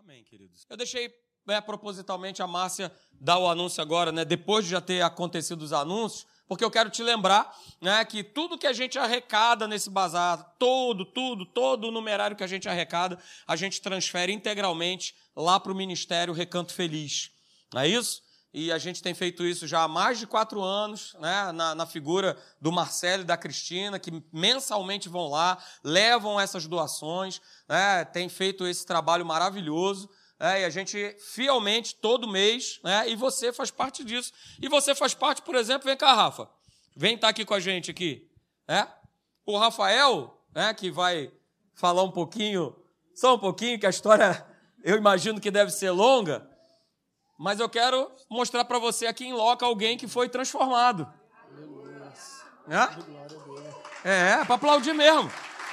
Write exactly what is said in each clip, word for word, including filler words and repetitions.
Amém, queridos. Eu deixei é, propositalmente a Márcia dar o anúncio agora, né, depois de já ter acontecido os anúncios, porque eu quero te lembrar, né, que tudo que a gente arrecada nesse bazar, todo, tudo, todo o numerário que a gente arrecada, a gente transfere integralmente lá para o Ministério Recanto Feliz. Não é isso? E a gente tem feito isso já há mais de quatro anos, né, na, na figura do Marcelo e da Cristina, que mensalmente vão lá, levam essas doações, né, tem feito esse trabalho maravilhoso, né, e a gente fielmente, todo mês, né, e você faz parte disso. E você faz parte, por exemplo, vem cá, Rafa, vem estar aqui com a gente aqui. Né? O Rafael, né, que vai falar um pouquinho, só um pouquinho, que a história eu imagino que deve ser longa, mas eu quero mostrar para você aqui em loco alguém que foi transformado. É, é para aplaudir mesmo.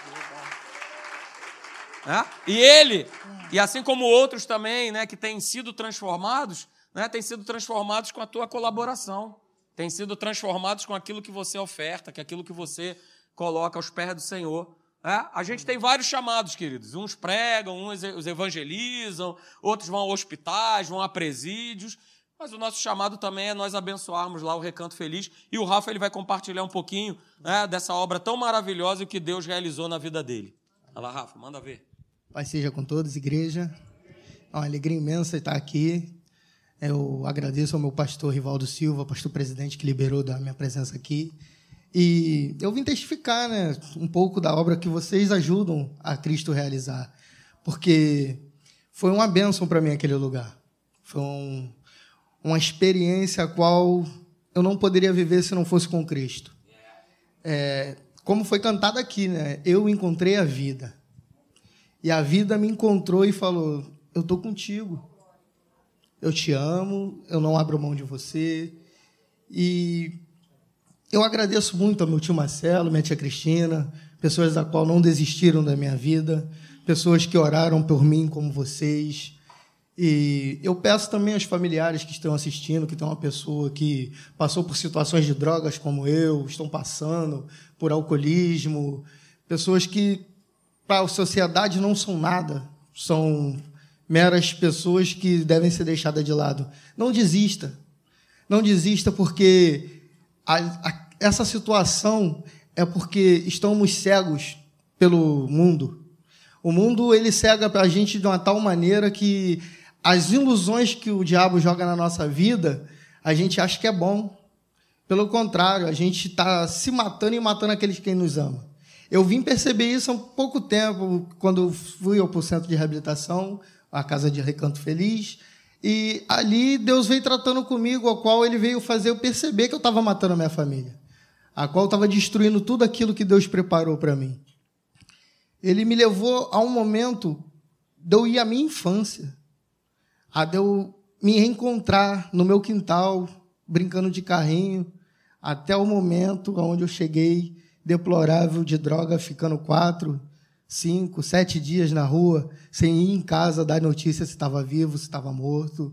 É? E ele, e assim como outros também, né, que têm sido transformados, né, têm sido transformados com a tua colaboração, têm sido transformados com aquilo que você oferta, que aquilo que você coloca aos pés do Senhor. É? A gente tem vários chamados, queridos. Uns pregam, uns os evangelizam, outros vão a hospitais, vão a presídios. Mas o nosso chamado também é nós abençoarmos lá o Recanto Feliz. E o Rafa ele vai compartilhar um pouquinho, né, dessa obra tão maravilhosa que Deus realizou na vida dele. Olha lá, Rafa, manda ver. Pai seja com todos, igreja. É uma alegria imensa estar aqui. Eu agradeço ao meu pastor Rivaldo Silva, pastor presidente, que liberou da minha presença aqui. E eu vim testificar, né, um pouco da obra que vocês ajudam a Cristo realizar, porque foi uma bênção para mim aquele lugar. Foi um, uma experiência a qual eu não poderia viver se não fosse com Cristo. É, como foi cantado aqui, né, eu encontrei a vida. E a vida me encontrou e falou, eu estou contigo. Eu te amo, eu não abro mão de você. E eu agradeço muito ao meu tio Marcelo, minha tia Cristina, pessoas da qual não desistiram da minha vida, pessoas que oraram por mim como vocês. E eu peço também aos familiares que estão assistindo, que tem uma pessoa que passou por situações de drogas como eu, estão passando por alcoolismo, pessoas que para a sociedade não são nada, são meras pessoas que devem ser deixadas de lado. Não desista, não desista porque A, a, essa situação é porque estamos cegos pelo mundo. O mundo ele cega para a gente de uma tal maneira que as ilusões que o diabo joga na nossa vida, a gente acha que é bom. Pelo contrário, a gente está se matando e matando aqueles que nos amam. Eu vim perceber isso há pouco tempo, quando fui ao centro de reabilitação, a Casa de Recanto Feliz, e ali Deus veio tratando comigo, a qual Ele veio fazer eu perceber que eu estava matando a minha família, a qual estava destruindo tudo aquilo que Deus preparou para mim. Ele me levou a um momento de eu ir à minha infância, a de eu me reencontrar no meu quintal, brincando de carrinho, até o momento onde eu cheguei, deplorável de droga, ficando quatro, cinco, sete dias na rua, sem ir em casa dar notícia se estava vivo, se estava morto.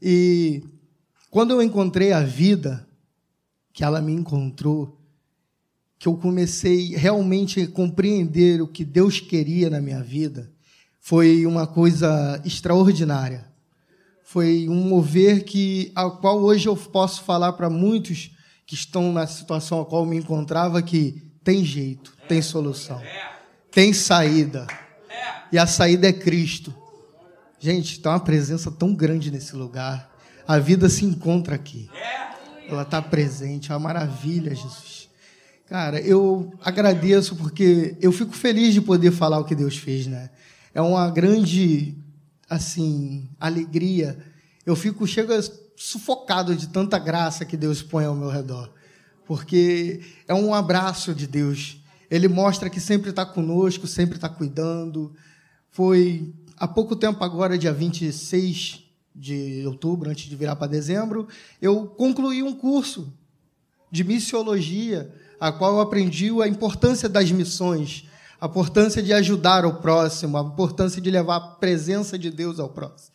E quando eu encontrei a vida, que ela me encontrou, que eu comecei realmente a compreender o que Deus queria na minha vida, foi uma coisa extraordinária. Foi um mover que, a qual hoje eu posso falar para muitos que estão na situação a qual eu me encontrava, que tem jeito, tem solução. Tem saída. E a saída é Cristo. Gente, tem uma presença tão grande nesse lugar. A vida se encontra aqui. Ela está presente. É uma maravilha, Jesus. Cara, eu agradeço porque eu fico feliz de poder falar o que Deus fez, né? É uma grande, assim, alegria. Eu fico, chego sufocado de tanta graça que Deus põe ao meu redor. Porque é um abraço de Deus. Ele mostra que sempre está conosco, sempre está cuidando. Foi há pouco tempo agora, dia vinte e seis de outubro, antes de virar para dezembro, eu concluí um curso de missiologia, a qual eu aprendi a importância das missões, a importância de ajudar o próximo, a importância de levar a presença de Deus ao próximo.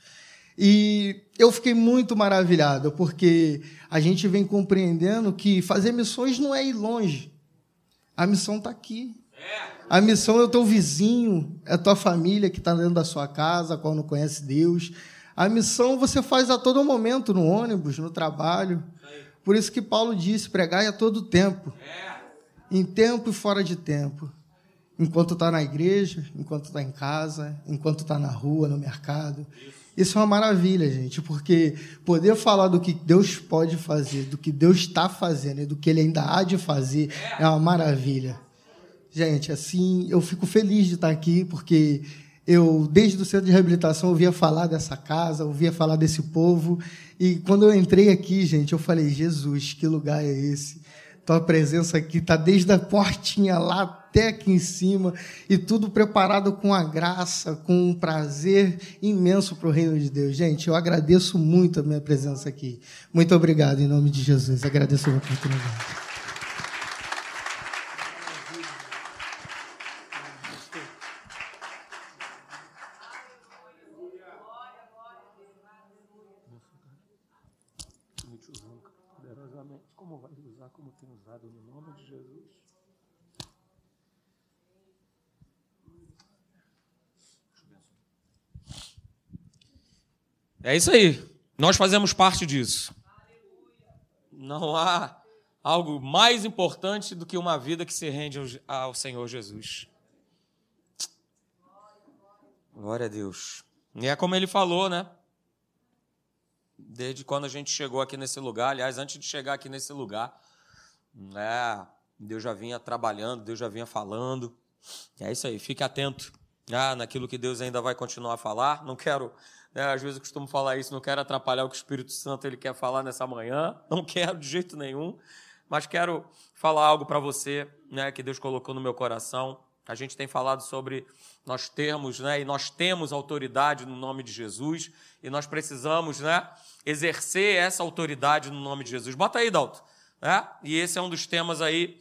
E eu fiquei muito maravilhado, porque a gente vem compreendendo que fazer missões não é ir longe. A missão está aqui. A missão é o teu vizinho, é a tua família que está dentro da sua casa, a qual não conhece Deus. A missão você faz a todo momento, no ônibus, no trabalho. Por isso que Paulo disse, pregai a todo tempo. Em tempo e fora de tempo. Enquanto está na igreja, enquanto está em casa, enquanto está na rua, no mercado. Isso é uma maravilha, gente, porque poder falar do que Deus pode fazer, do que Deus está fazendo e do que Ele ainda há de fazer é uma maravilha. Gente, assim, eu fico feliz de estar aqui, porque eu, desde o centro de reabilitação, ouvia falar dessa casa, ouvia falar desse povo, e quando eu entrei aqui, gente, eu falei, Jesus, que lugar é esse? Tua presença aqui está desde a portinha lá até aqui em cima, e tudo preparado com a graça, com um prazer imenso para o reino de Deus. Gente, eu agradeço muito a minha presença aqui. Muito obrigado, em nome de Jesus. Agradeço a oportunidade. Como vai usar, como tem usado, no nome de Jesus. É isso aí. Nós fazemos parte disso. Não há algo mais importante do que uma vida que se rende ao Senhor Jesus. Glória a Deus. E é como ele falou, né? Desde quando a gente chegou aqui nesse lugar, aliás, antes de chegar aqui nesse lugar, né, Deus já vinha trabalhando, Deus já vinha falando. É isso aí, fique atento, né, naquilo que Deus ainda vai continuar a falar. Não quero, né, às vezes eu costumo falar isso, não quero atrapalhar o que o Espírito Santo ele quer falar nessa manhã, não quero de jeito nenhum, mas quero falar algo para você, né, que Deus colocou no meu coração. A gente tem falado sobre nós termos, né, e nós temos autoridade no nome de Jesus, e nós precisamos, né, exercer essa autoridade no nome de Jesus. Bota aí, Dalton. Né? E esse é um dos temas aí,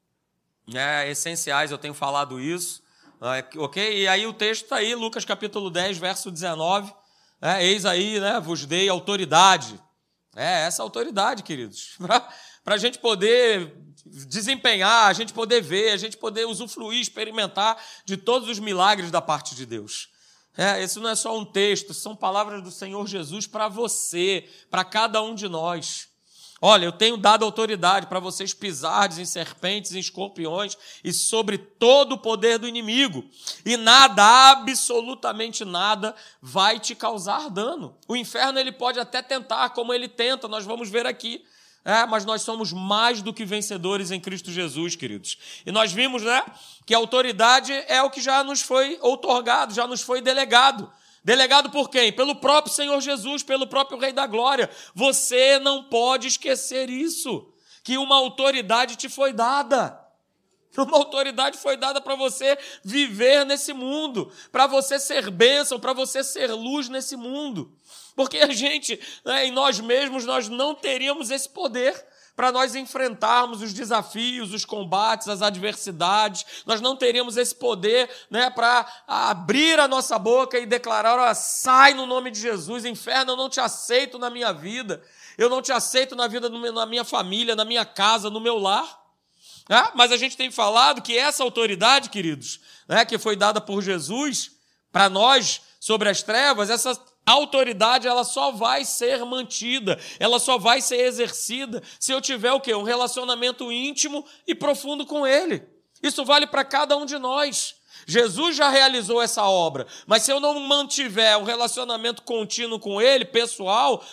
né, essenciais, eu tenho falado isso. Ok? E aí o texto está aí, Lucas capítulo dez, verso dezenove. Né? Eis aí, né, vos dei autoridade. É essa autoridade, queridos. Para a gente poder desempenhar, a gente poder ver, a gente poder usufruir, experimentar de todos os milagres da parte de Deus. É, esse não é só um texto, são palavras do Senhor Jesus para você, para cada um de nós. Olha, eu tenho dado autoridade para vocês pisardes em serpentes, em escorpiões e sobre todo o poder do inimigo. E nada, absolutamente nada, vai te causar dano. O inferno ele pode até tentar, como ele tenta, nós vamos ver aqui. É, mas nós somos mais do que vencedores em Cristo Jesus, queridos. E nós vimos, né, que a autoridade é o que já nos foi outorgado, já nos foi delegado. Delegado por quem? Pelo próprio Senhor Jesus, pelo próprio Rei da Glória. Você não pode esquecer isso, que uma autoridade te foi dada. Uma autoridade foi dada para você viver nesse mundo, para você ser bênção, para você ser luz nesse mundo. Porque a gente, né, em nós mesmos, nós não teríamos esse poder para nós enfrentarmos os desafios, os combates, as adversidades. Nós não teríamos esse poder, né, para abrir a nossa boca e declarar, ó, sai no nome de Jesus, inferno, eu não te aceito na minha vida, eu não te aceito na vida, na minha família, na minha casa, no meu lar. É, mas a gente tem falado que essa autoridade, queridos, né, que foi dada por Jesus para nós sobre as trevas, essa a autoridade ela só vai ser mantida, ela só vai ser exercida se eu tiver o quê? Um relacionamento íntimo e profundo com Ele. Isso vale para cada um de nós. Jesus já realizou essa obra, mas se eu não mantiver um relacionamento contínuo com Ele, pessoal,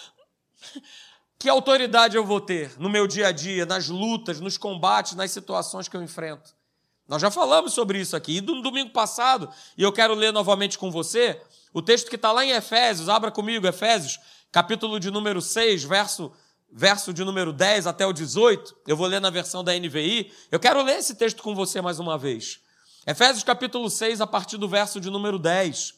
que autoridade eu vou ter no meu dia a dia, nas lutas, nos combates, nas situações que eu enfrento? Nós já falamos sobre isso aqui. E no domingo passado, e eu quero ler novamente com você, o texto que está lá em Efésios, abra comigo, Efésios, capítulo de número seis, verso, verso de número dez até o dezoito. Eu vou ler na versão da N V I. Eu quero ler esse texto com você mais uma vez. Efésios, capítulo seis, a partir do verso de número dez.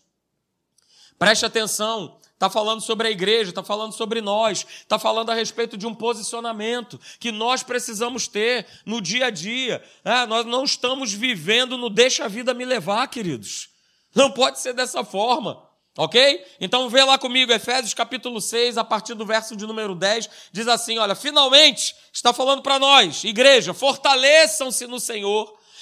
Preste atenção. Está falando sobre a igreja, está falando sobre nós, está falando a respeito de um posicionamento que nós precisamos ter no dia a dia. É, nós não estamos vivendo no deixa a vida me levar, queridos. Não pode ser dessa forma, ok? Então vê lá comigo, Efésios capítulo seis, a partir do verso de número dez, diz assim, olha, finalmente, está falando para nós, igreja, fortaleçam-se no Senhor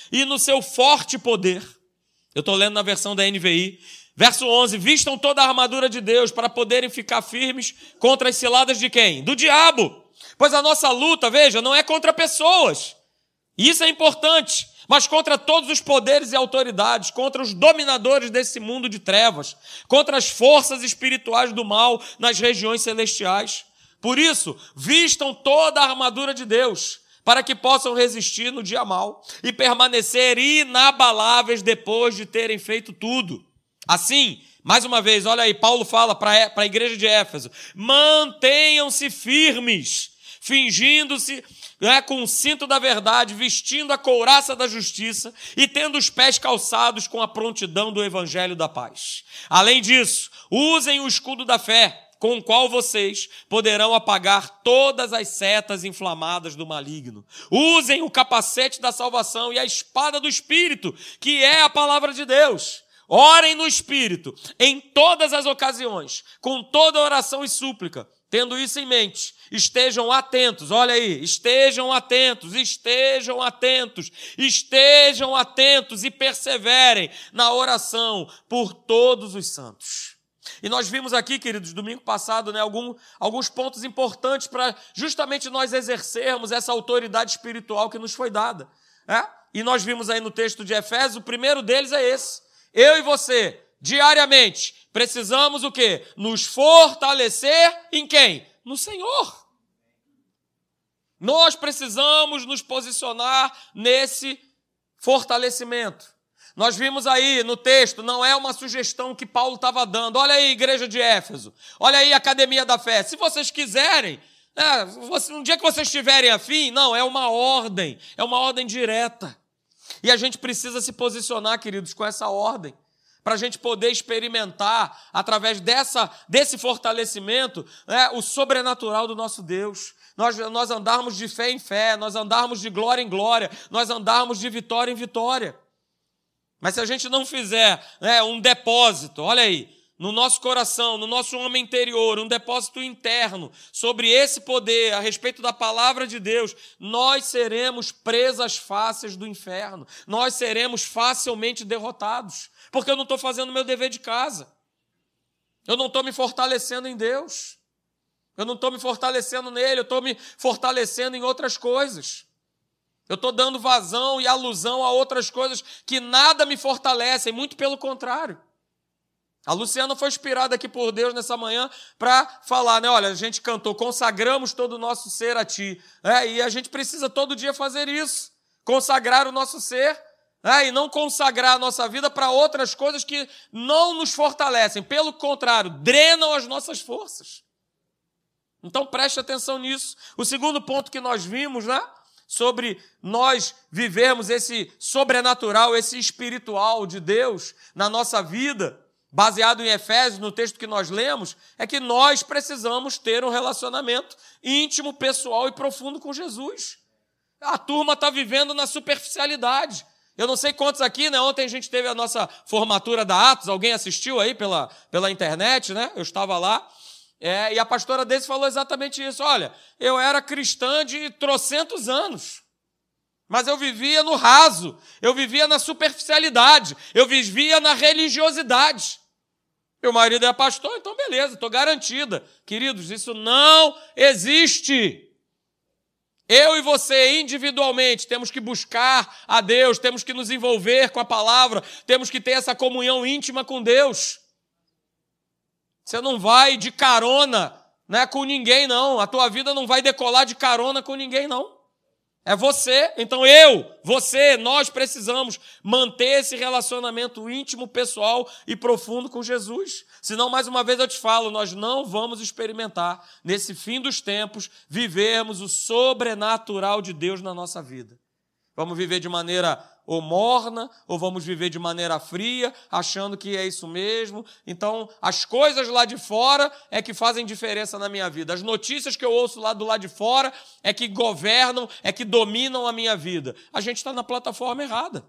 e no seu forte poder. Eu estou lendo na versão da N V I. Verso onze, vistam toda a armadura de Deus para poderem ficar firmes contra as ciladas de quem? Do diabo. Pois a nossa luta, veja, não é contra pessoas. Isso é importante, mas contra todos os poderes e autoridades, contra os dominadores desse mundo de trevas, contra as forças espirituais do mal nas regiões celestiais. Por isso, vistam toda a armadura de Deus, para que possam resistir no dia mau e permanecer inabaláveis depois de terem feito tudo. Assim, mais uma vez, olha aí, Paulo fala para a igreja de Éfeso, mantenham-se firmes, fingindo-se né, com o cinto da verdade, vestindo a couraça da justiça e tendo os pés calçados com a prontidão do evangelho da paz. Além disso, usem o escudo da fé, com o qual vocês poderão apagar todas as setas inflamadas do maligno. Usem o capacete da salvação e a espada do Espírito, que é a palavra de Deus. Orem no Espírito, em todas as ocasiões, com toda oração e súplica. Tendo isso em mente, estejam atentos, olha aí, estejam atentos, estejam atentos, estejam atentos e perseverem na oração por todos os santos. E nós vimos aqui, queridos, domingo passado, né, algum, alguns pontos importantes para justamente nós exercermos essa autoridade espiritual que nos foi dada. Né? E nós vimos aí no texto de Efésios, o primeiro deles é esse. Eu e você, diariamente, precisamos o quê? Nos fortalecer em quem? No Senhor. Nós precisamos nos posicionar nesse fortalecimento. Nós vimos aí no texto, não é uma sugestão que Paulo estava dando. Olha aí, igreja de Éfeso. Olha aí, Academia da Fé. Se vocês quiserem, né, um dia que vocês estiverem afim, não, é uma ordem. É uma ordem direta. E a gente precisa se posicionar, queridos, com essa ordem. Para a gente poder experimentar, através dessa, desse fortalecimento, né, o sobrenatural do nosso Deus. Nós, nós andarmos de fé em fé, nós andarmos de glória em glória, nós andarmos de vitória em vitória. Mas se a gente não fizer né, um depósito, olha aí, no nosso coração, no nosso homem interior, um depósito interno sobre esse poder, a respeito da palavra de Deus, nós seremos presas fáceis do inferno. Nós seremos facilmente derrotados, porque eu não estou fazendo o meu dever de casa. Eu não estou me fortalecendo em Deus. Eu não estou me fortalecendo nele, eu estou me fortalecendo em outras coisas. Eu estou dando vazão e alusão a outras coisas que nada me fortalecem, muito pelo contrário. A Luciana foi inspirada aqui por Deus nessa manhã para falar, né? Olha, a gente cantou, consagramos todo o nosso ser a Ti. É, e a gente precisa todo dia fazer isso, consagrar o nosso ser, é, e não consagrar a nossa vida para outras coisas que não nos fortalecem. Pelo contrário, drenam as nossas forças. Então preste atenção nisso. O segundo ponto que nós vimos, né? Sobre nós vivermos esse sobrenatural, esse espiritual de Deus na nossa vida, baseado em Efésios, no texto que nós lemos, é que nós precisamos ter um relacionamento íntimo, pessoal e profundo com Jesus. A turma está vivendo na superficialidade. Eu não sei quantos aqui, né? Ontem a gente teve a nossa formatura da Atos, alguém assistiu aí pela, pela internet, né? Eu estava lá. É, e a pastora Deise falou exatamente isso. Olha, eu era cristã de trocentos anos, mas eu vivia no raso, eu vivia na superficialidade, eu vivia na religiosidade. Meu marido é pastor, então beleza, estou garantida. Queridos, isso não existe. Eu e você, individualmente, temos que buscar a Deus, temos que nos envolver com a palavra, temos que ter essa comunhão íntima com Deus. Você não vai de carona, né, com ninguém, não. A tua vida não vai decolar de carona com ninguém, não. É você. Então eu, você, nós precisamos manter esse relacionamento íntimo, pessoal e profundo com Jesus. Senão, mais uma vez eu te falo, nós não vamos experimentar, nesse fim dos tempos, vivermos o sobrenatural de Deus na nossa vida. Vamos viver de maneira ou morna, ou vamos viver de maneira fria, achando que é isso mesmo. Então, as coisas lá de fora é que fazem diferença na minha vida. As notícias que eu ouço lá do lado de fora é que governam, é que dominam a minha vida. A gente está na plataforma errada.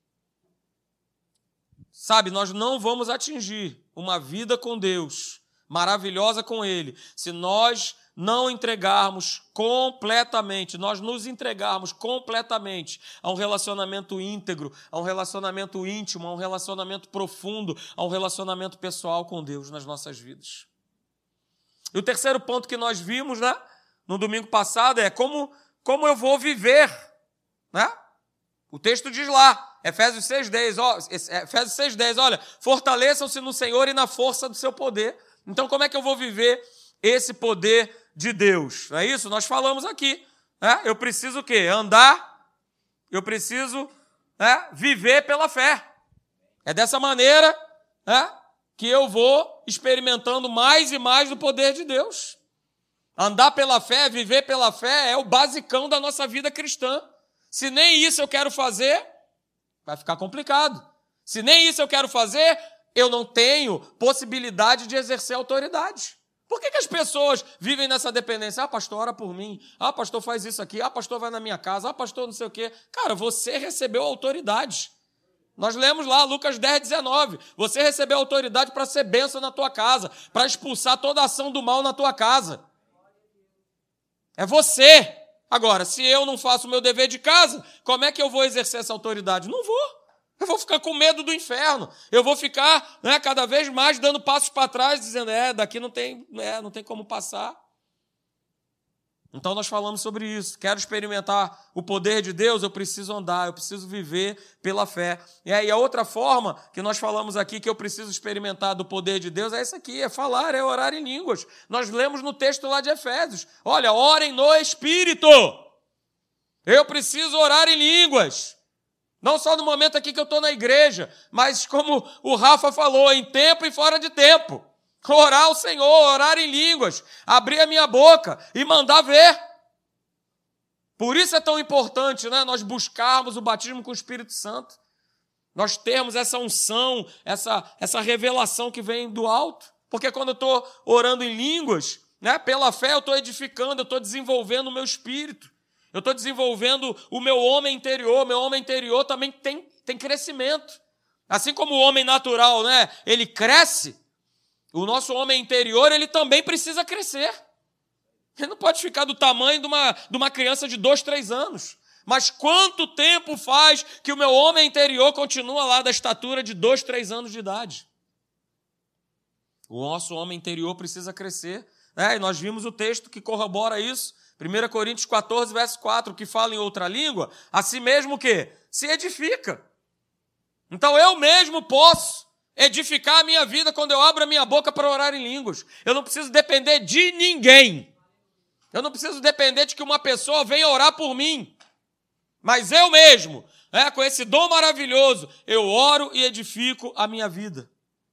Sabe, nós não vamos atingir uma vida com Deus, maravilhosa com Ele, se nós não entregarmos completamente, nós nos entregarmos completamente a um relacionamento íntegro, a um relacionamento íntimo, a um relacionamento profundo, a um relacionamento pessoal com Deus nas nossas vidas. E o terceiro ponto que nós vimos, né, no domingo passado é como, como eu vou viver, né? O texto diz lá, Efésios seis, dez, ó, Efésios seis, dez, olha, fortaleçam-se no Senhor e na força do seu poder. Então, como é que eu vou viver esse poder de Deus? Não é isso? Nós falamos aqui. Né? Eu preciso o quê? Andar, eu preciso né, viver pela fé. É dessa maneira né, que eu vou experimentando mais e mais do poder de Deus. Andar pela fé, viver pela fé é o basicão da nossa vida cristã. Se nem isso eu quero fazer, vai ficar complicado. Se nem isso eu quero fazer, eu não tenho possibilidade de exercer autoridade. Por que que as pessoas vivem nessa dependência? Ah, pastor, ora por mim. Ah, pastor, faz isso aqui. Ah, pastor, vai na minha casa. Ah, pastor, não sei o quê. Cara, você recebeu autoridade. Nós lemos lá, Lucas dez, dezenove. Você recebeu autoridade para ser bênção na tua casa, para expulsar toda a ação do mal na tua casa. É você. Agora, se eu não faço o meu dever de casa, como é que eu vou exercer essa autoridade? Não vou. Eu vou ficar com medo do inferno. Eu vou ficar né, cada vez mais dando passos para trás, dizendo, é, daqui não tem, é, não tem como passar. Então, nós falamos sobre isso. Quero experimentar o poder de Deus, eu preciso andar, eu preciso viver pela fé. E aí, a outra forma que nós falamos aqui, que eu preciso experimentar do poder de Deus, é essa aqui, é falar, é orar em línguas. Nós lemos no texto lá de Efésios. Olha, orem no Espírito. Eu preciso orar em línguas. Não só no momento aqui que eu estou na igreja, mas como o Rafa falou, em tempo e fora de tempo. Orar ao Senhor, orar em línguas, abrir a minha boca e mandar ver. Por isso é tão importante, né, nós buscarmos o batismo com o Espírito Santo. Nós termos essa unção, essa, essa revelação que vem do alto. Porque quando eu estou orando em línguas, né, pela fé eu estou edificando, eu estou desenvolvendo o meu espírito. Eu estou desenvolvendo o meu homem interior. Meu homem interior também tem, tem crescimento. Assim como o homem natural, né, ele cresce, o nosso homem interior ele também precisa crescer. Ele não pode ficar do tamanho de uma, de uma criança de dois, três anos. Mas quanto tempo faz que o meu homem interior continua lá da estatura de dois, três anos de idade? O nosso homem interior precisa crescer. Né? E nós vimos o texto que corrobora isso. primeira Coríntios quatorze, verso quatro, que fala em outra língua, assim mesmo que se edifica. Então eu mesmo posso edificar a minha vida quando eu abro a minha boca para orar em línguas. Eu não preciso depender de ninguém. Eu não preciso depender de que uma pessoa venha orar por mim. Mas eu mesmo, né, com esse dom maravilhoso, eu oro e edifico a minha vida.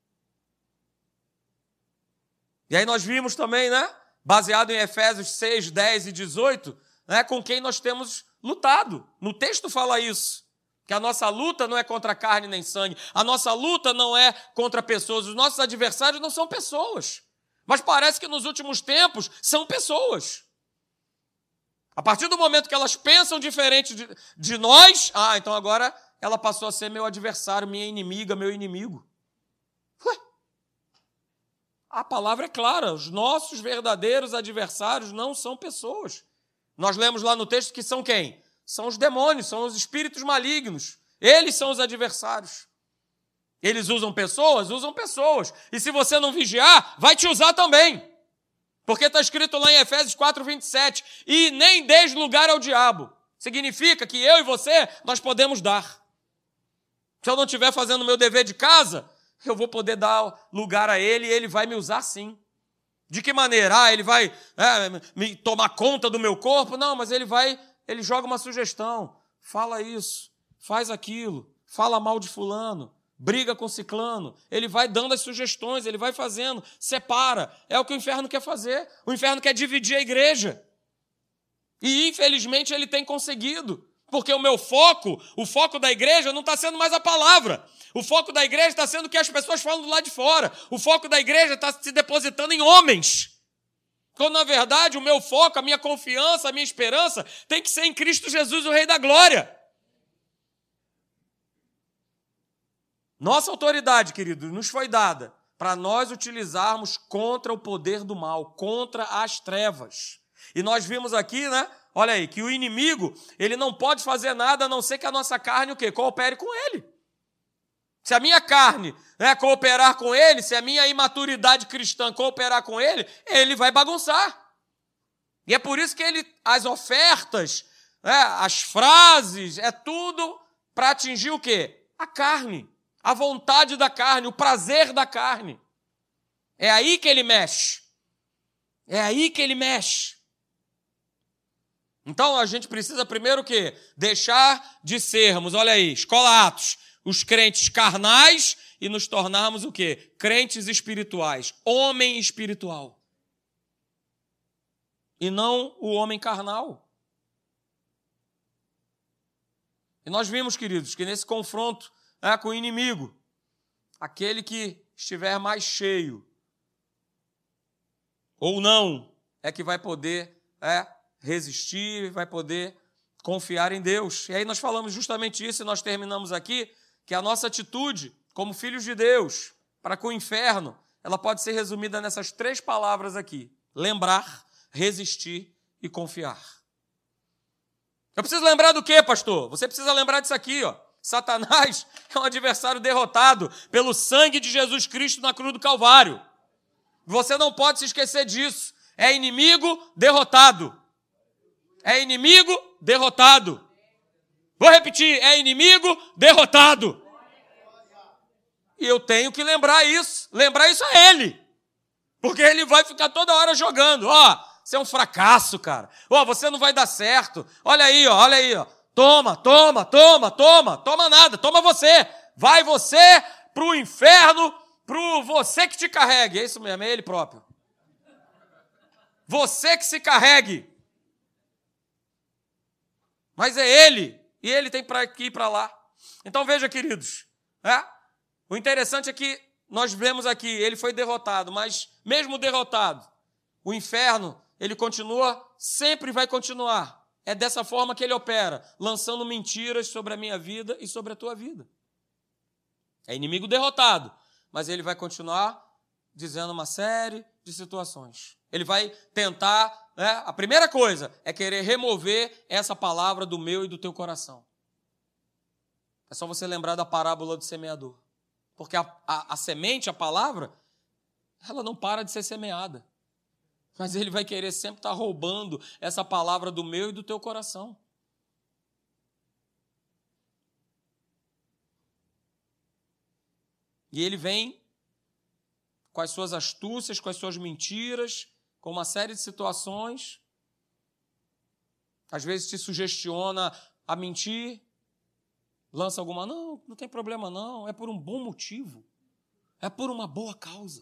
E aí nós vimos também, né? Baseado em Efésios seis, dez e dezoito, né, com quem nós temos lutado. No texto fala isso, que a nossa luta não é contra carne nem sangue, a nossa luta não é contra pessoas, os nossos adversários não são pessoas, mas parece que nos últimos tempos são pessoas. A partir do momento que elas pensam diferente de, de nós, ah, então agora ela passou a ser meu adversário, minha inimiga, meu inimigo. Ué? A palavra é clara, os nossos verdadeiros adversários não são pessoas. Nós lemos lá no texto que são quem? São os demônios, são os espíritos malignos. Eles são os adversários. Eles usam pessoas? Usam pessoas. E se você não vigiar, vai te usar também. Porque está escrito lá em Efésios quatro, vinte e sete, e nem deis lugar ao diabo. Significa que eu e você, nós podemos dar. Se eu não estiver fazendo o meu dever de casa, eu vou poder dar lugar a ele e ele vai me usar sim. De que maneira? Ah, ele vai é, me tomar conta do meu corpo? Não, mas ele vai, ele joga uma sugestão. Fala isso, faz aquilo, fala mal de fulano, briga com ciclano. Ele vai dando as sugestões, ele vai fazendo, separa. É o que o inferno quer fazer. O inferno quer dividir a igreja. E, infelizmente, ele tem conseguido. Porque o meu foco, o foco da igreja não está sendo mais a palavra. O foco da igreja está sendo o que as pessoas falam do lado de fora. O foco da igreja está se depositando em homens. Quando, na verdade, o meu foco, a minha confiança, a minha esperança tem que ser em Cristo Jesus, o Rei da Glória. Nossa autoridade, querido, nos foi dada para nós utilizarmos contra o poder do mal, contra as trevas. E nós vimos aqui, né? Olha aí, que o inimigo, ele não pode fazer nada a não ser que a nossa carne o quê? Coopere com ele. Se a minha carne, né, cooperar com ele, se a minha imaturidade cristã cooperar com ele, ele vai bagunçar. E é por isso que ele, as ofertas, né, as frases, é tudo para atingir o quê? A carne, a vontade da carne, o prazer da carne. É aí que ele mexe. É aí que ele mexe. Então, a gente precisa primeiro o quê? Deixar de sermos, olha aí, Escola Atos, os crentes carnais e nos tornarmos o quê? Crentes espirituais, homem espiritual. E não o homem carnal. E nós vimos, queridos, que nesse confronto, né, com o inimigo, aquele que estiver mais cheio ou não, é que vai poder é, resistir, vai poder confiar em Deus. E aí nós falamos justamente isso e nós terminamos aqui, que a nossa atitude como filhos de Deus para com o inferno, ela pode ser resumida nessas três palavras aqui: lembrar, resistir e confiar. Eu preciso lembrar do quê, pastor? Você precisa lembrar disso aqui, ó. Satanás é um adversário derrotado pelo sangue de Jesus Cristo na cruz do Calvário. Você não pode se esquecer disso. É inimigo derrotado. É inimigo derrotado. Vou repetir, é inimigo derrotado. E eu tenho que lembrar isso. Lembrar isso a ele. Porque ele vai ficar toda hora jogando. Ó, você é um fracasso, cara. Ó, você não vai dar certo. Olha aí, ó, olha aí, ó. Toma, toma, toma, toma. Toma nada, toma você. Vai você pro inferno, pro você que te carregue. É isso mesmo, é ele próprio. Você que se carregue. Mas é ele. E ele tem para ir para lá. Então veja, queridos. É? O interessante é que nós vemos aqui, ele foi derrotado, mas mesmo derrotado, o inferno, ele continua, sempre vai continuar. É dessa forma que ele opera, lançando mentiras sobre a minha vida e sobre a tua vida. É inimigo derrotado, mas ele vai continuar dizendo uma série de situações. Ele vai tentar, né, a primeira coisa é querer remover essa palavra do meu e do teu coração. É só você lembrar da parábola do semeador. Porque a, a, a semente, a palavra, ela não para de ser semeada. Mas ele vai querer sempre estar roubando essa palavra do meu e do teu coração. E ele vem com as suas astúcias, com as suas mentiras, com uma série de situações. Às vezes te sugestiona a mentir. Lança alguma, não, não tem problema não, é por um bom motivo. É por uma boa causa.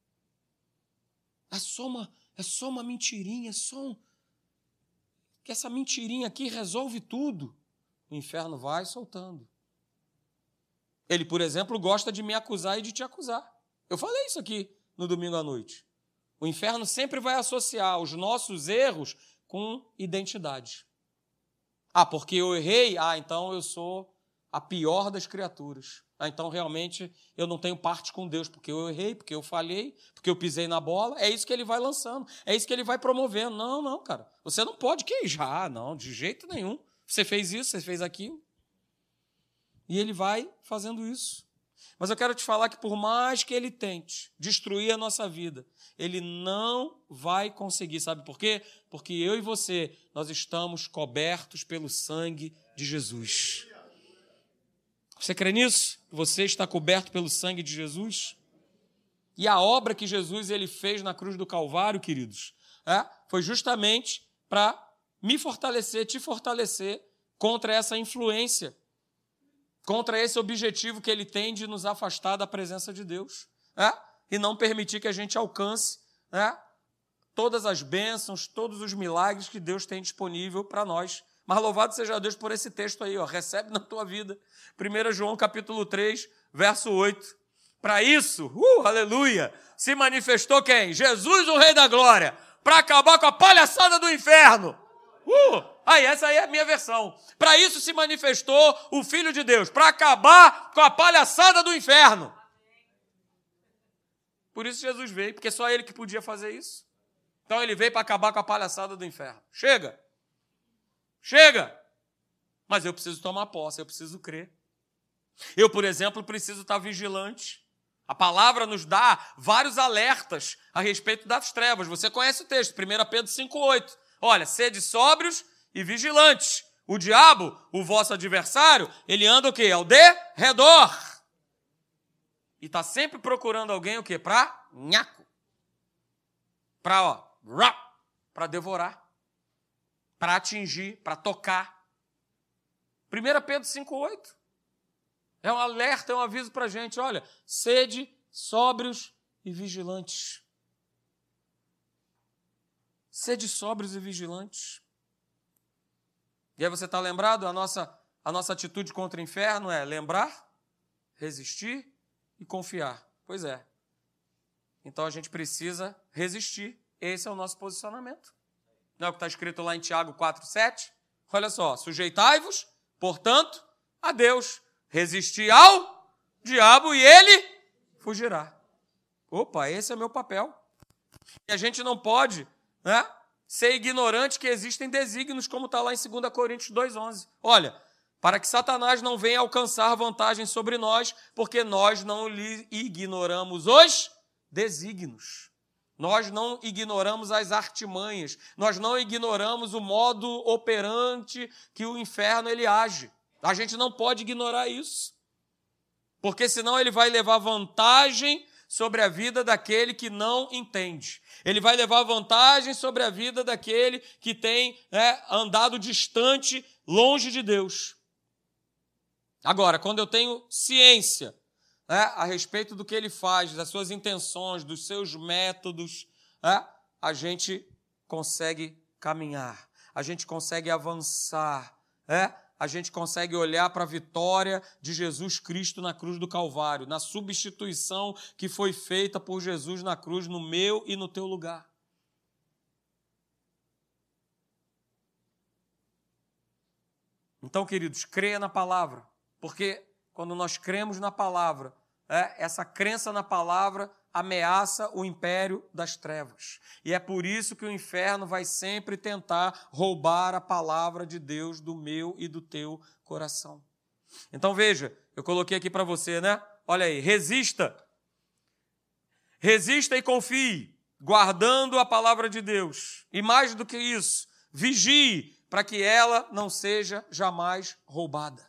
É só uma... É só uma mentirinha, é só um... que essa mentirinha aqui resolve tudo. O inferno vai soltando. Ele, por exemplo, gosta de me acusar e de te acusar. Eu falei isso aqui no domingo à noite. O inferno sempre vai associar os nossos erros com identidade. Ah, porque eu errei? Ah, então eu sou a pior das criaturas. Ah, então realmente eu não tenho parte com Deus, porque eu errei, porque eu falhei, porque eu pisei na bola. É isso que ele vai lançando, é isso que ele vai promovendo. Não, não, cara, você não pode queijar, não, de jeito nenhum. Você fez isso, você fez aquilo. E ele vai fazendo isso. Mas eu quero te falar que por mais que ele tente destruir a nossa vida, ele não vai conseguir. Sabe por quê? Porque eu e você, nós estamos cobertos pelo sangue de Jesus. Você crê nisso? Você está coberto pelo sangue de Jesus? E a obra que Jesus ele fez na cruz do Calvário, queridos, é, foi justamente para me fortalecer, te fortalecer contra essa influência, contra esse objetivo que ele tem de nos afastar da presença de Deus, é, e não permitir que a gente alcance, é, todas as bênçãos, todos os milagres que Deus tem disponível para nós. Mas louvado seja Deus por esse texto aí, ó. Recebe na tua vida. primeiro João capítulo três, verso oito. Para isso, uh, aleluia, se manifestou quem? Jesus, o Rei da Glória, para acabar com a palhaçada do inferno. Uh, aí, essa aí é a minha versão. Para isso se manifestou o Filho de Deus, para acabar com a palhaçada do inferno. Por isso Jesus veio, porque só ele que podia fazer isso. Então ele veio para acabar com a palhaçada do inferno. Chega! Chega! Mas eu preciso tomar posse, eu preciso crer. Eu, por exemplo, preciso estar vigilante. A palavra nos dá vários alertas a respeito das trevas. Você conhece o texto, primeira Pedro cinco, oito. Olha, sede sóbrios e vigilantes. O diabo, o vosso adversário, ele anda o quê? Ao derredor. E está sempre procurando alguém o quê? Para nhaco. Para, ó, para devorar. Para atingir, para tocar. primeira Pedro cinco, oito. É um alerta, é um aviso para a gente. Olha, sede sóbrios e vigilantes. Sede sóbrios e vigilantes. E aí você está lembrado? A nossa, a nossa atitude contra o inferno é lembrar, resistir e confiar. Pois é. Então a gente precisa resistir. Esse é o nosso posicionamento. Não é o que está escrito lá em Tiago quatro, sete? Olha só, sujeitai-vos, portanto, a Deus. Resistir ao diabo e ele fugirá. Opa, esse é meu papel. E a gente não pode, né, ser ignorante que existem desígnios, como está lá em dois Coríntios dois, onze. Olha, para que Satanás não venha alcançar vantagem sobre nós, porque nós não lhe ignoramos os desígnios. Nós não ignoramos as artimanhas. Nós não ignoramos o modo operante que o inferno ele age. A gente não pode ignorar isso, porque senão ele vai levar vantagem sobre a vida daquele que não entende. Ele vai levar vantagem sobre a vida daquele que tem né, andado distante, longe de Deus. Agora, quando eu tenho ciência né, a respeito do que ele faz, das suas intenções, dos seus métodos, né, a gente consegue caminhar, a gente consegue avançar, né? A gente consegue olhar para a vitória de Jesus Cristo na cruz do Calvário, na substituição que foi feita por Jesus na cruz, no meu e no teu lugar. Então, queridos, creia na palavra, porque quando nós cremos na palavra, é, essa crença na palavra ameaça o império das trevas. E é por isso que o inferno vai sempre tentar roubar a palavra de Deus do meu e do teu coração. Então veja, eu coloquei aqui para você, né? Olha aí, resista. Resista e confie, guardando a palavra de Deus. E mais do que isso, vigie para que ela não seja jamais roubada.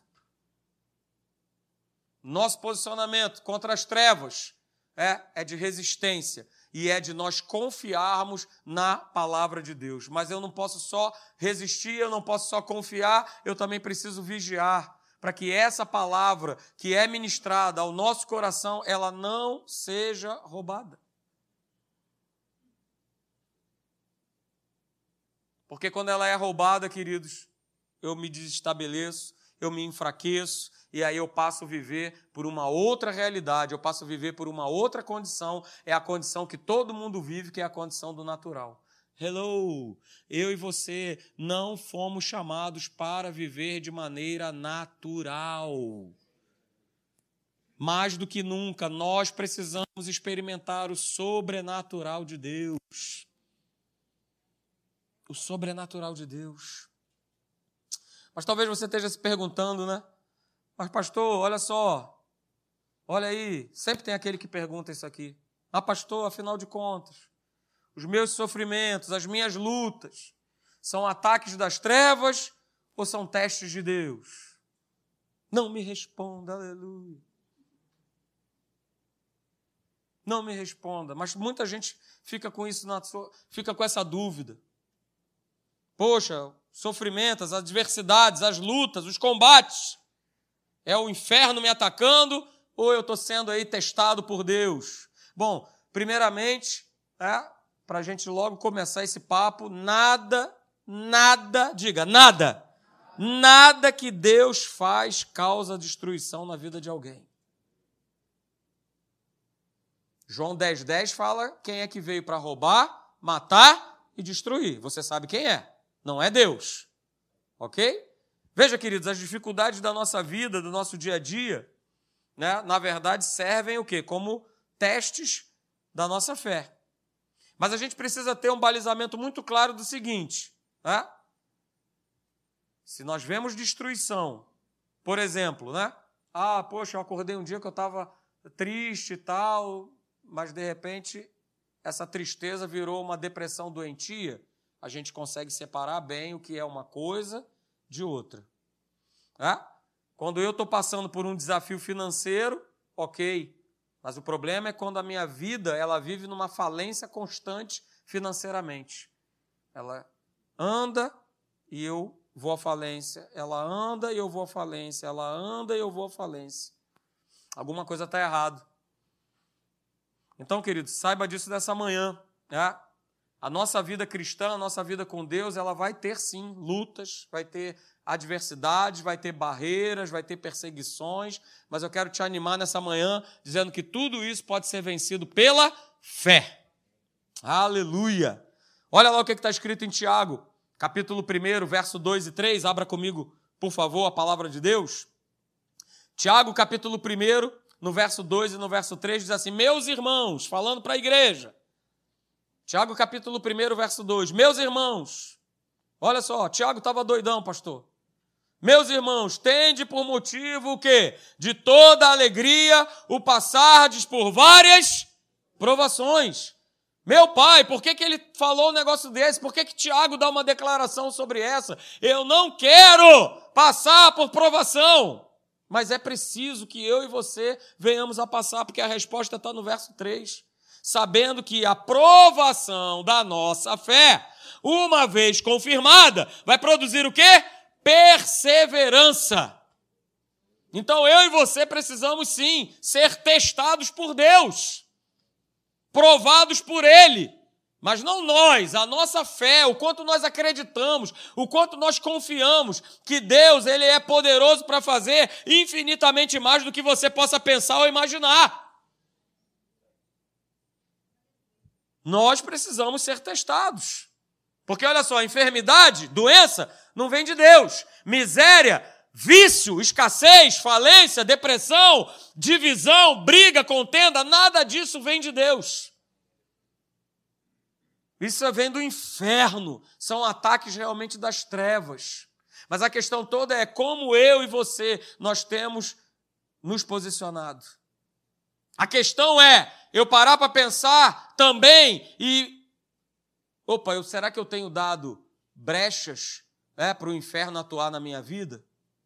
Nosso posicionamento contra as trevas É, é de resistência e é de nós confiarmos na palavra de Deus. Mas eu não posso só resistir, eu não posso só confiar, eu também preciso vigiar para que essa palavra que é ministrada ao nosso coração, ela não seja roubada. Porque quando ela é roubada, queridos, eu me desestabeleço, eu me enfraqueço, e aí eu passo a viver por uma outra realidade, eu passo a viver por uma outra condição, é a condição que todo mundo vive, que é a condição do natural. Hello! Eu e você não fomos chamados para viver de maneira natural. Mais do que nunca, nós precisamos experimentar o sobrenatural de Deus. O sobrenatural de Deus. Mas talvez você esteja se perguntando, né? Mas, pastor, olha só, olha aí, sempre tem aquele que pergunta isso aqui. Ah, pastor, afinal de contas, os meus sofrimentos, as minhas lutas, são ataques das trevas ou são testes de Deus? Não me responda, aleluia. Não me responda, mas muita gente fica com isso, na sua, fica com essa dúvida. Poxa, sofrimentos, as adversidades, as lutas, os combates, é o inferno me atacando ou eu estou sendo aí testado por Deus? Bom, primeiramente, é, para a gente logo começar esse papo, nada, nada, diga, nada, nada que Deus faz causa destruição na vida de alguém. João dez, dez fala quem é que veio para roubar, matar e destruir. Você sabe quem é, não é Deus, ok? Veja, queridos, as dificuldades da nossa vida, do nosso dia a dia, né, na verdade servem o quê? Como testes da nossa fé. Mas a gente precisa ter um balizamento muito claro do seguinte, né? Se nós vemos destruição, por exemplo, né? Ah, poxa, eu acordei um dia que eu estava triste e tal, mas de repente essa tristeza virou uma depressão doentia, a gente consegue separar bem o que é uma coisa de outra. Né? Quando eu estou passando por um desafio financeiro, ok, mas o problema é quando a minha vida ela vive numa falência constante financeiramente. Ela anda e eu vou à falência, ela anda e eu vou à falência, ela anda e eu vou à falência. Alguma coisa está errada. Então, queridos, saiba disso dessa manhã. Né? A nossa vida cristã, a nossa vida com Deus, ela vai ter, sim, lutas, vai ter adversidades, vai ter barreiras, vai ter perseguições, mas eu quero te animar nessa manhã, dizendo que tudo isso pode ser vencido pela fé. Aleluia! Olha lá o que está escrito em Tiago, capítulo um, verso dois e três. Abra comigo, por favor, a palavra de Deus. Tiago, capítulo um, no verso dois e no verso três, diz assim: meus irmãos, falando para a igreja. Tiago, capítulo um, verso dois. Meus irmãos, olha só, Tiago estava doidão, pastor. Meus irmãos, tende por motivo o quê? De toda alegria o passardes por várias provações. Meu pai, por que, que ele falou um negócio desse? Por que, que Tiago dá uma declaração sobre essa? Eu não quero passar por provação. Mas é preciso que eu e você venhamos a passar, porque a resposta está no verso três. Sabendo que a provação da nossa fé, uma vez confirmada, vai produzir o quê? Perseverança. Então eu e você precisamos sim ser testados por Deus, provados por Ele, mas não nós, a nossa fé, o quanto nós acreditamos, o quanto nós confiamos que Deus ele é poderoso para fazer infinitamente mais do que você possa pensar ou imaginar. Nós precisamos ser testados. Porque, olha só, enfermidade, doença, não vem de Deus. Miséria, vício, escassez, falência, depressão, divisão, briga, contenda, nada disso vem de Deus. Isso vem do inferno, são ataques realmente das trevas. Mas a questão toda é como eu e você, nós temos nos posicionado. A questão é eu parar para pensar também e... Opa, eu, será que eu tenho dado brechas é, para o inferno atuar na minha vida?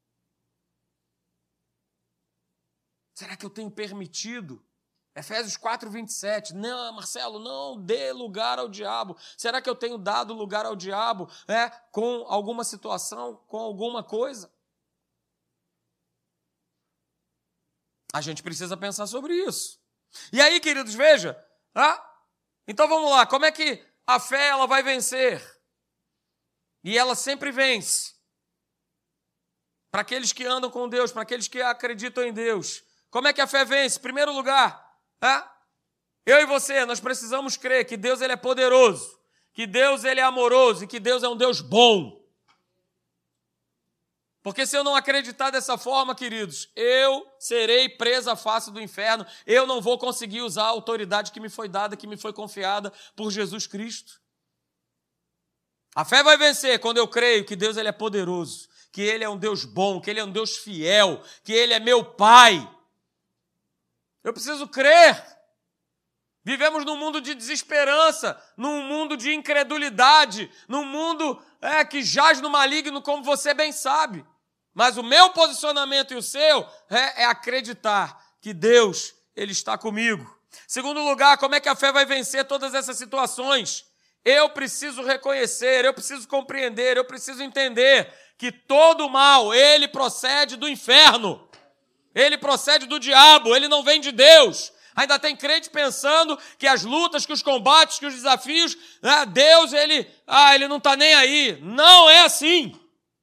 Será que eu tenho permitido? Efésios quatro, vinte e sete. Não, Marcelo, não dê lugar ao diabo. Será que eu tenho dado lugar ao diabo é, com alguma situação, com alguma coisa? A gente precisa pensar sobre isso. E aí, queridos, veja. Ah, então vamos lá, como é que a fé ela vai vencer? E ela sempre vence. Para aqueles que andam com Deus, para aqueles que acreditam em Deus. Como é que a fé vence? Em primeiro lugar, é? eu e você, nós precisamos crer que Deus ele é poderoso, que Deus ele é amoroso e que Deus é um Deus bom. Porque se eu não acreditar dessa forma, queridos, eu serei presa à face do inferno, eu não vou conseguir usar a autoridade que me foi dada, que me foi confiada por Jesus Cristo. A fé vai vencer quando eu creio que Deus ele é poderoso, que Ele é um Deus bom, que Ele é um Deus fiel, que Ele é meu Pai. Eu preciso crer. Vivemos num mundo de desesperança, num mundo de incredulidade, num mundo é, que jaz no maligno, como você bem sabe. Mas o meu posicionamento e o seu é, é acreditar que Deus ele está comigo. Segundo lugar, como é que a fé vai vencer todas essas situações? Eu preciso reconhecer, eu preciso compreender, eu preciso entender que todo mal, ele procede do inferno. Ele procede do diabo, ele não vem de Deus. Ainda tem crente pensando que as lutas, que os combates, que os desafios, né, Deus, ele, ah, ele não está nem aí. Não é assim.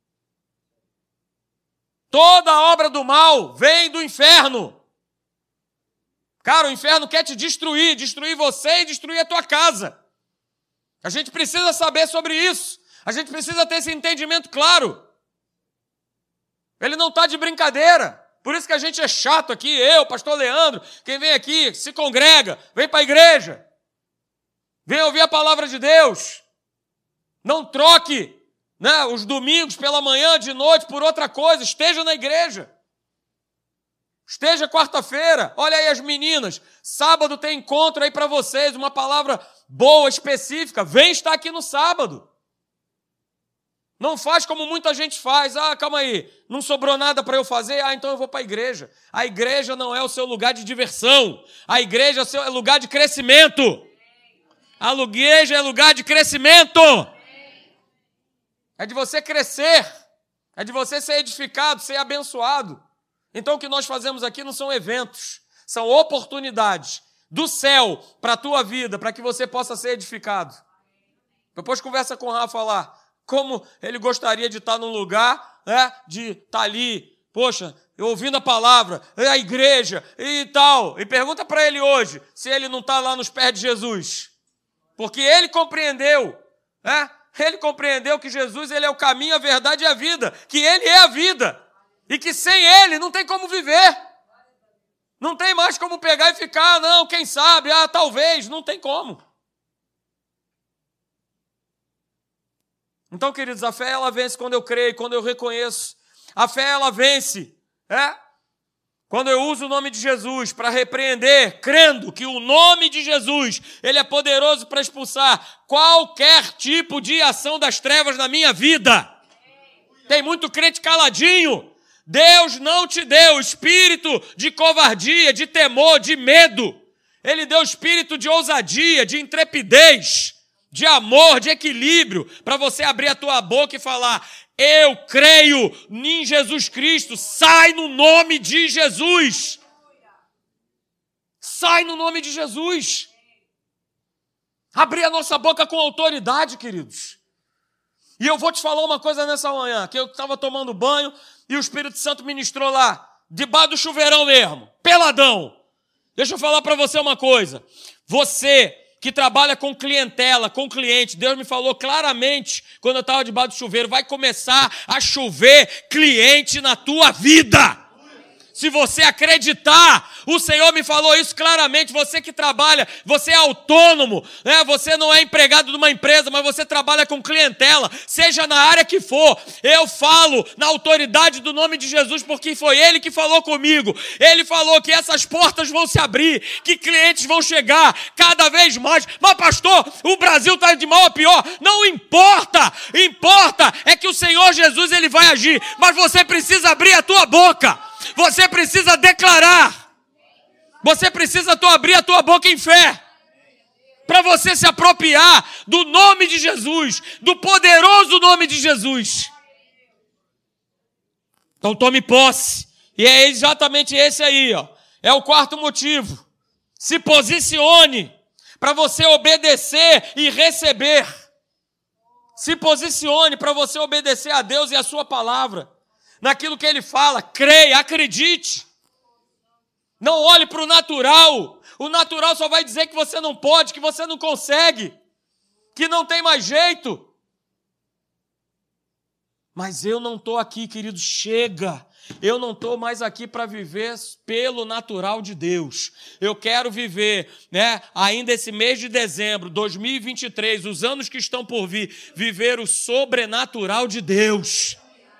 Toda obra do mal vem do inferno. Cara, o inferno quer te destruir, destruir você e destruir a tua casa. A gente precisa saber sobre isso. A gente precisa ter esse entendimento claro. Ele não está de brincadeira. Por isso que a gente é chato aqui, eu, pastor Leandro, quem vem aqui, se congrega, vem para a igreja. Venha ouvir a palavra de Deus. Não troque, né, os domingos pela manhã, de noite, por outra coisa. Esteja na igreja. Esteja quarta-feira. Olha aí as meninas. Sábado tem encontro aí para vocês. Uma palavra boa, específica. Vem estar aqui no sábado. Não faz como muita gente faz. Ah, calma aí. Não sobrou nada para eu fazer? Ah, então eu vou para a igreja. A igreja não é o seu lugar de diversão. A igreja é o seu lugar de crescimento. A igreja é lugar de crescimento. É de você crescer. É de você ser edificado, ser abençoado. Então o que nós fazemos aqui não são eventos. São oportunidades do céu para a tua vida, para que você possa ser edificado. Depois conversa com o Rafa lá. Como ele gostaria de estar num lugar, né, de estar ali, poxa, ouvindo a palavra, a igreja e tal. E pergunta para ele hoje se ele não está lá nos pés de Jesus. Porque ele compreendeu, né? Ele compreendeu que Jesus ele é o caminho, a verdade e a vida. Que ele é a vida. E que sem ele não tem como viver. Não tem mais como pegar e ficar, não, quem sabe, ah, talvez, não tem como. Então, queridos, a fé, ela vence quando eu creio, quando eu reconheço. A fé, ela vence, é? Quando eu uso o nome de Jesus para repreender, crendo que o nome de Jesus, ele é poderoso para expulsar qualquer tipo de ação das trevas na minha vida. Tem muito crente caladinho. Deus não te deu espírito de covardia, de temor, de medo. Ele deu espírito de ousadia, de intrepidez, de amor, de equilíbrio, para você abrir a tua boca e falar: eu creio em Jesus Cristo, sai no nome de Jesus. Sai no nome de Jesus. Abrir a nossa boca com autoridade, queridos. E eu vou te falar uma coisa nessa manhã, que eu estava tomando banho e o Espírito Santo ministrou lá, debaixo do chuveirão mesmo, peladão. Deixa eu falar para você uma coisa. Você que trabalha com clientela, com cliente, Deus me falou claramente, quando eu estava debaixo do chuveiro, vai começar a chover cliente na tua vida. Se você acreditar, o Senhor me falou isso claramente, você que trabalha, você é autônomo, né? Você não é empregado de uma empresa, mas você trabalha com clientela, seja na área que for, eu falo na autoridade do nome de Jesus, porque foi Ele que falou comigo. Ele falou que essas portas vão se abrir, que clientes vão chegar cada vez mais. Mas pastor, o Brasil está de mal a pior. Não importa, importa é que o Senhor Jesus ele vai agir, mas você precisa abrir a tua boca. Você precisa declarar. Você precisa tu abrir a tua boca em fé. Para você se apropriar do nome de Jesus. Do poderoso nome de Jesus. Então tome posse. E é exatamente esse aí, ó. É o quarto motivo. Se posicione para você obedecer e receber. Se posicione para você obedecer a Deus e a sua palavra. Naquilo que Ele fala, creia, acredite. Não olhe para o natural. O natural só vai dizer que você não pode, que você não consegue, que não tem mais jeito. Mas eu não estou aqui, querido, chega. Eu não estou mais aqui para viver pelo natural de Deus. Eu quero viver, né, ainda esse mês de dezembro, dois mil e vinte e três, os anos que estão por vir, viver o sobrenatural de Deus.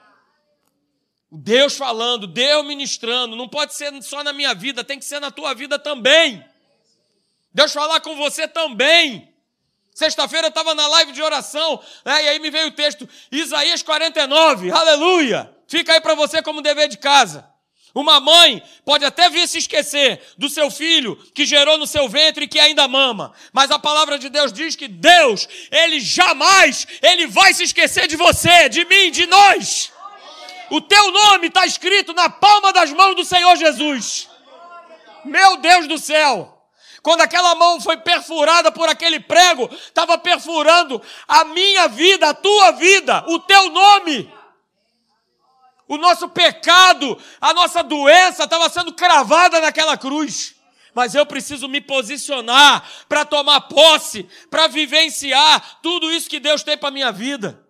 Deus falando, Deus ministrando, não pode ser só na minha vida, tem que ser na tua vida também. Deus falar com você também. Sexta-feira eu estava na live de oração, né, e aí me veio o texto, Isaías quarenta e nove, aleluia. Fica aí para você como dever de casa. Uma mãe pode até vir se esquecer do seu filho que gerou no seu ventre e que ainda mama. Mas a palavra de Deus diz que Deus, Ele jamais, Ele vai se esquecer de você, de mim, de nós. O teu nome está escrito na palma das mãos do Senhor Jesus. Meu Deus do céu. Quando aquela mão foi perfurada por aquele prego, estava perfurando a minha vida, a tua vida, o teu nome. O nosso pecado, a nossa doença estava sendo cravada naquela cruz. Mas eu preciso me posicionar para tomar posse, para vivenciar tudo isso que Deus tem para a minha vida.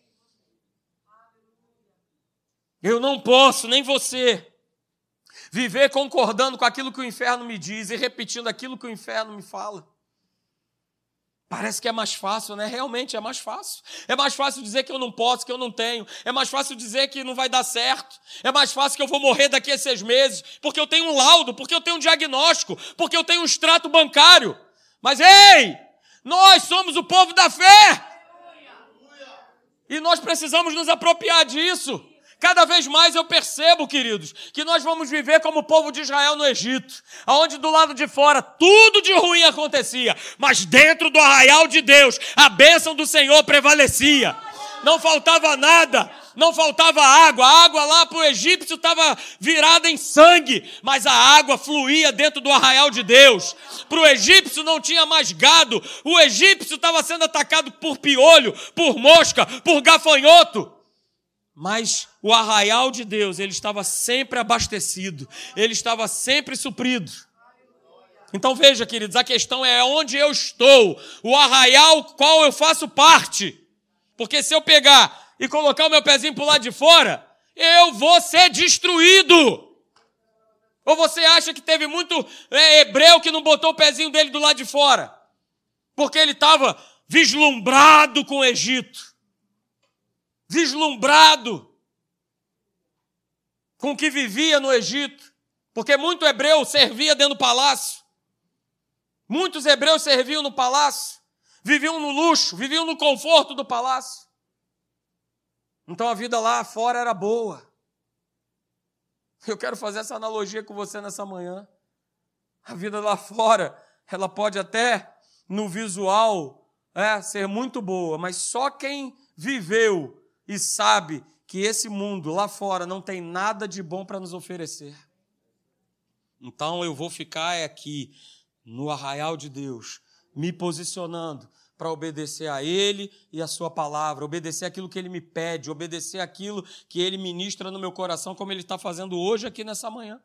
Eu não posso, nem você, viver concordando com aquilo que o inferno me diz e repetindo aquilo que o inferno me fala. Parece que é mais fácil, né? Realmente é mais fácil. É mais fácil dizer que eu não posso, que eu não tenho. É mais fácil dizer que não vai dar certo. É mais fácil que eu vou morrer daqui a seis meses, porque eu tenho um laudo, porque eu tenho um diagnóstico, porque eu tenho um extrato bancário. Mas, ei, nós somos o povo da fé. E nós precisamos nos apropriar disso. Cada vez mais eu percebo, queridos, que nós vamos viver como o povo de Israel no Egito, onde do lado de fora tudo de ruim acontecia, mas dentro do arraial de Deus, a bênção do Senhor prevalecia. Não faltava nada, não faltava água. A água lá para o egípcio estava virada em sangue, mas a água fluía dentro do arraial de Deus. Para o egípcio não tinha mais gado, o egípcio estava sendo atacado por piolho, por mosca, por gafanhoto. Mas o arraial de Deus, ele estava sempre abastecido, ele estava sempre suprido. Então veja, queridos, a questão é onde eu estou, o arraial qual eu faço parte. Porque se eu pegar e colocar o meu pezinho para o lado de fora, eu vou ser destruído. Ou você acha que teve muito é, hebreu que não botou o pezinho dele do lado de fora? Porque ele estava vislumbrado com o Egito. Vislumbrado com o que vivia no Egito, porque muito hebreu servia dentro do palácio, muitos hebreus serviam no palácio, viviam no luxo, viviam no conforto do palácio. Então a vida lá fora era boa. Eu quero fazer essa analogia com você nessa manhã. A vida lá fora, ela pode até no visual é, ser muito boa, mas só quem viveu e sabe que esse mundo lá fora não tem nada de bom para nos oferecer. Então eu vou ficar aqui no arraial de Deus, me posicionando para obedecer a Ele e a sua palavra, obedecer aquilo que Ele me pede, obedecer aquilo que Ele ministra no meu coração, como Ele está fazendo hoje aqui nessa manhã.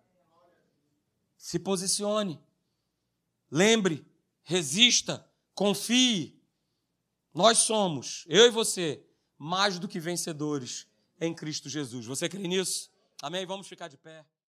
Se posicione, lembre, resista, confie. Nós somos, eu e você, mais do que vencedores em Cristo Jesus. Você crê nisso? Amém? Vamos ficar de pé.